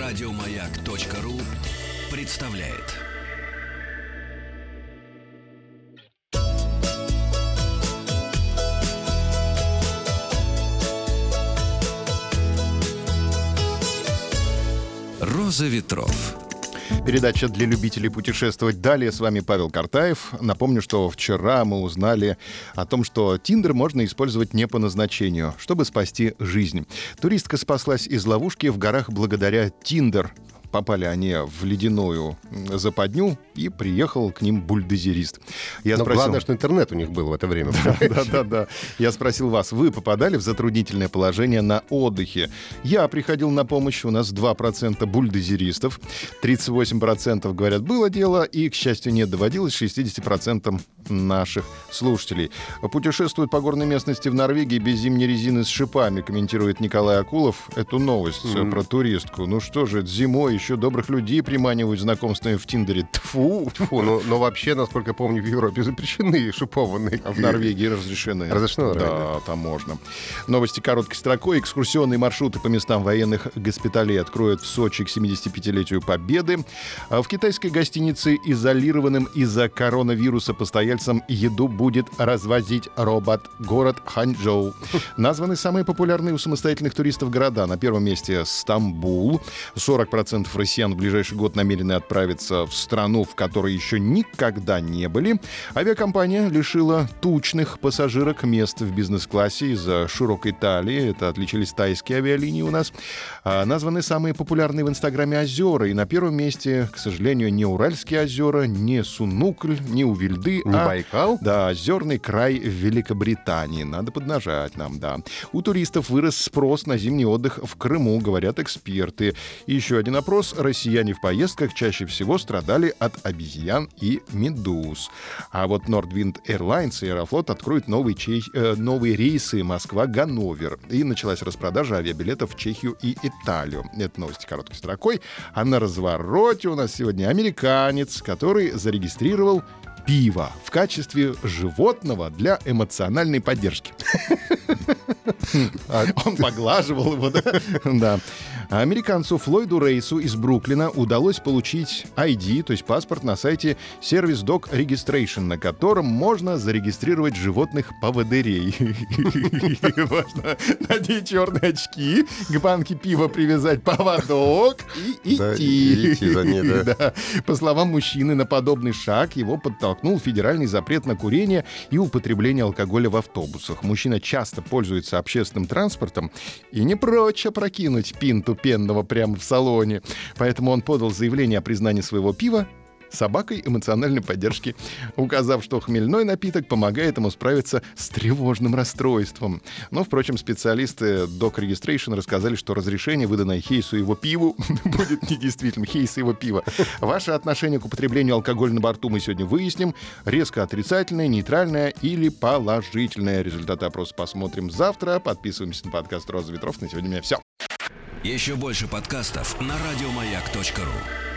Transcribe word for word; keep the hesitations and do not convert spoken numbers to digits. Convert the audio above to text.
Радиомаяк.ру представляет. Роза ветров. Передача для любителей путешествовать. Далее с вами Павел Картаев. Напомню, что вчера мы узнали о том, что Tinder можно использовать не по назначению, чтобы спасти жизнь. Туристка спаслась из ловушки в горах благодаря Tinder. Попали они в ледяную западню, и приехал к ним бульдозерист. Я Но спросил... главное, что интернет у них был в это время. Да-да-да. Я спросил вас, вы попадали в затруднительное положение на отдыхе? Я приходил на помощь, у нас два процента бульдозеристов, тридцать восемь процентов говорят, было дело, и, к счастью, не доводилось шестьдесят процентов наших слушателей. Путешествует по горной местности в Норвегии без зимней резины с шипами, комментирует Николай Акулов эту новость mm. про туристку. Ну что же, зимой еще добрых людей приманивают знакомствами в Тиндере. Тьфу! Тьфу, но, но вообще, насколько я помню, в Европе запрещены шипованные. А в Норвегии разрешены. Разрешены? Да, там можно. Новости короткой строкой. Экскурсионные маршруты по местам военных госпиталей откроют в Сочи к семидесятипятилетию Победы. А в китайской гостинице изолированным из-за коронавируса постояльцам еду будет развозить робот. Город Ханчжоу. Названы самые популярные у самостоятельных туристов города. На первом месте Стамбул. сорок процентов россиян в ближайший год намерены отправиться в страну, в которой еще никогда не были. Авиакомпания лишила тучных пассажирок мест в бизнес-классе из-за широкой талии. Это отличились тайские авиалинии у нас. А названы самые популярные в Инстаграме озера. И на первом месте, к сожалению, не Уральские озера, не Сунукль, не Увильды, не а Байкал? Да, озерный край в Великобритании. Надо поднажать нам, да. У туристов вырос спрос на зимний отдых в Крыму, говорят эксперты. И еще один опрос. Россияне в поездках чаще всего страдали от обезьян и медуз. А вот Nordwind Airlines и Аэрофлот откроют новые, чех... э, новые рейсы Москва-Ганновер. И началась распродажа авиабилетов в Чехию и Италию. Это новости короткой строкой. А на развороте у нас сегодня американец, который зарегистрировал пиво в качестве животного для эмоциональной поддержки. Он поглаживал его, да? Да. Американцу Флойду Рейсу из Бруклина удалось получить ай ди, то есть паспорт на сайте Service Dog Registration, на котором можно зарегистрировать животных-поводырей. Можно надеть черные очки, к банке пива привязать поводок и идти. По словам мужчины, на подобный шаг его подтолкнул федеральный запрет на курение и употребление алкоголя в автобусах. Мужчина часто пользуется общественным транспортом и не прочь опрокинуть пинту пенного прямо в салоне. Поэтому он подал заявление о признании своего пива собакой эмоциональной поддержки, указав, что хмельной напиток помогает ему справиться с тревожным расстройством. Но, впрочем, специалисты Dog Registration рассказали, что разрешение, выданное Хейсу и его пиву, будет недействительным. Хейс и его пиво. Ваше отношение к употреблению алкоголя на борту мы сегодня выясним. Резко отрицательное, нейтральное или положительное. Результаты опроса посмотрим завтра. Подписываемся на подкаст «Роза ветров». На сегодня у меня все. Еще больше подкастов на радиомаяк точка ру.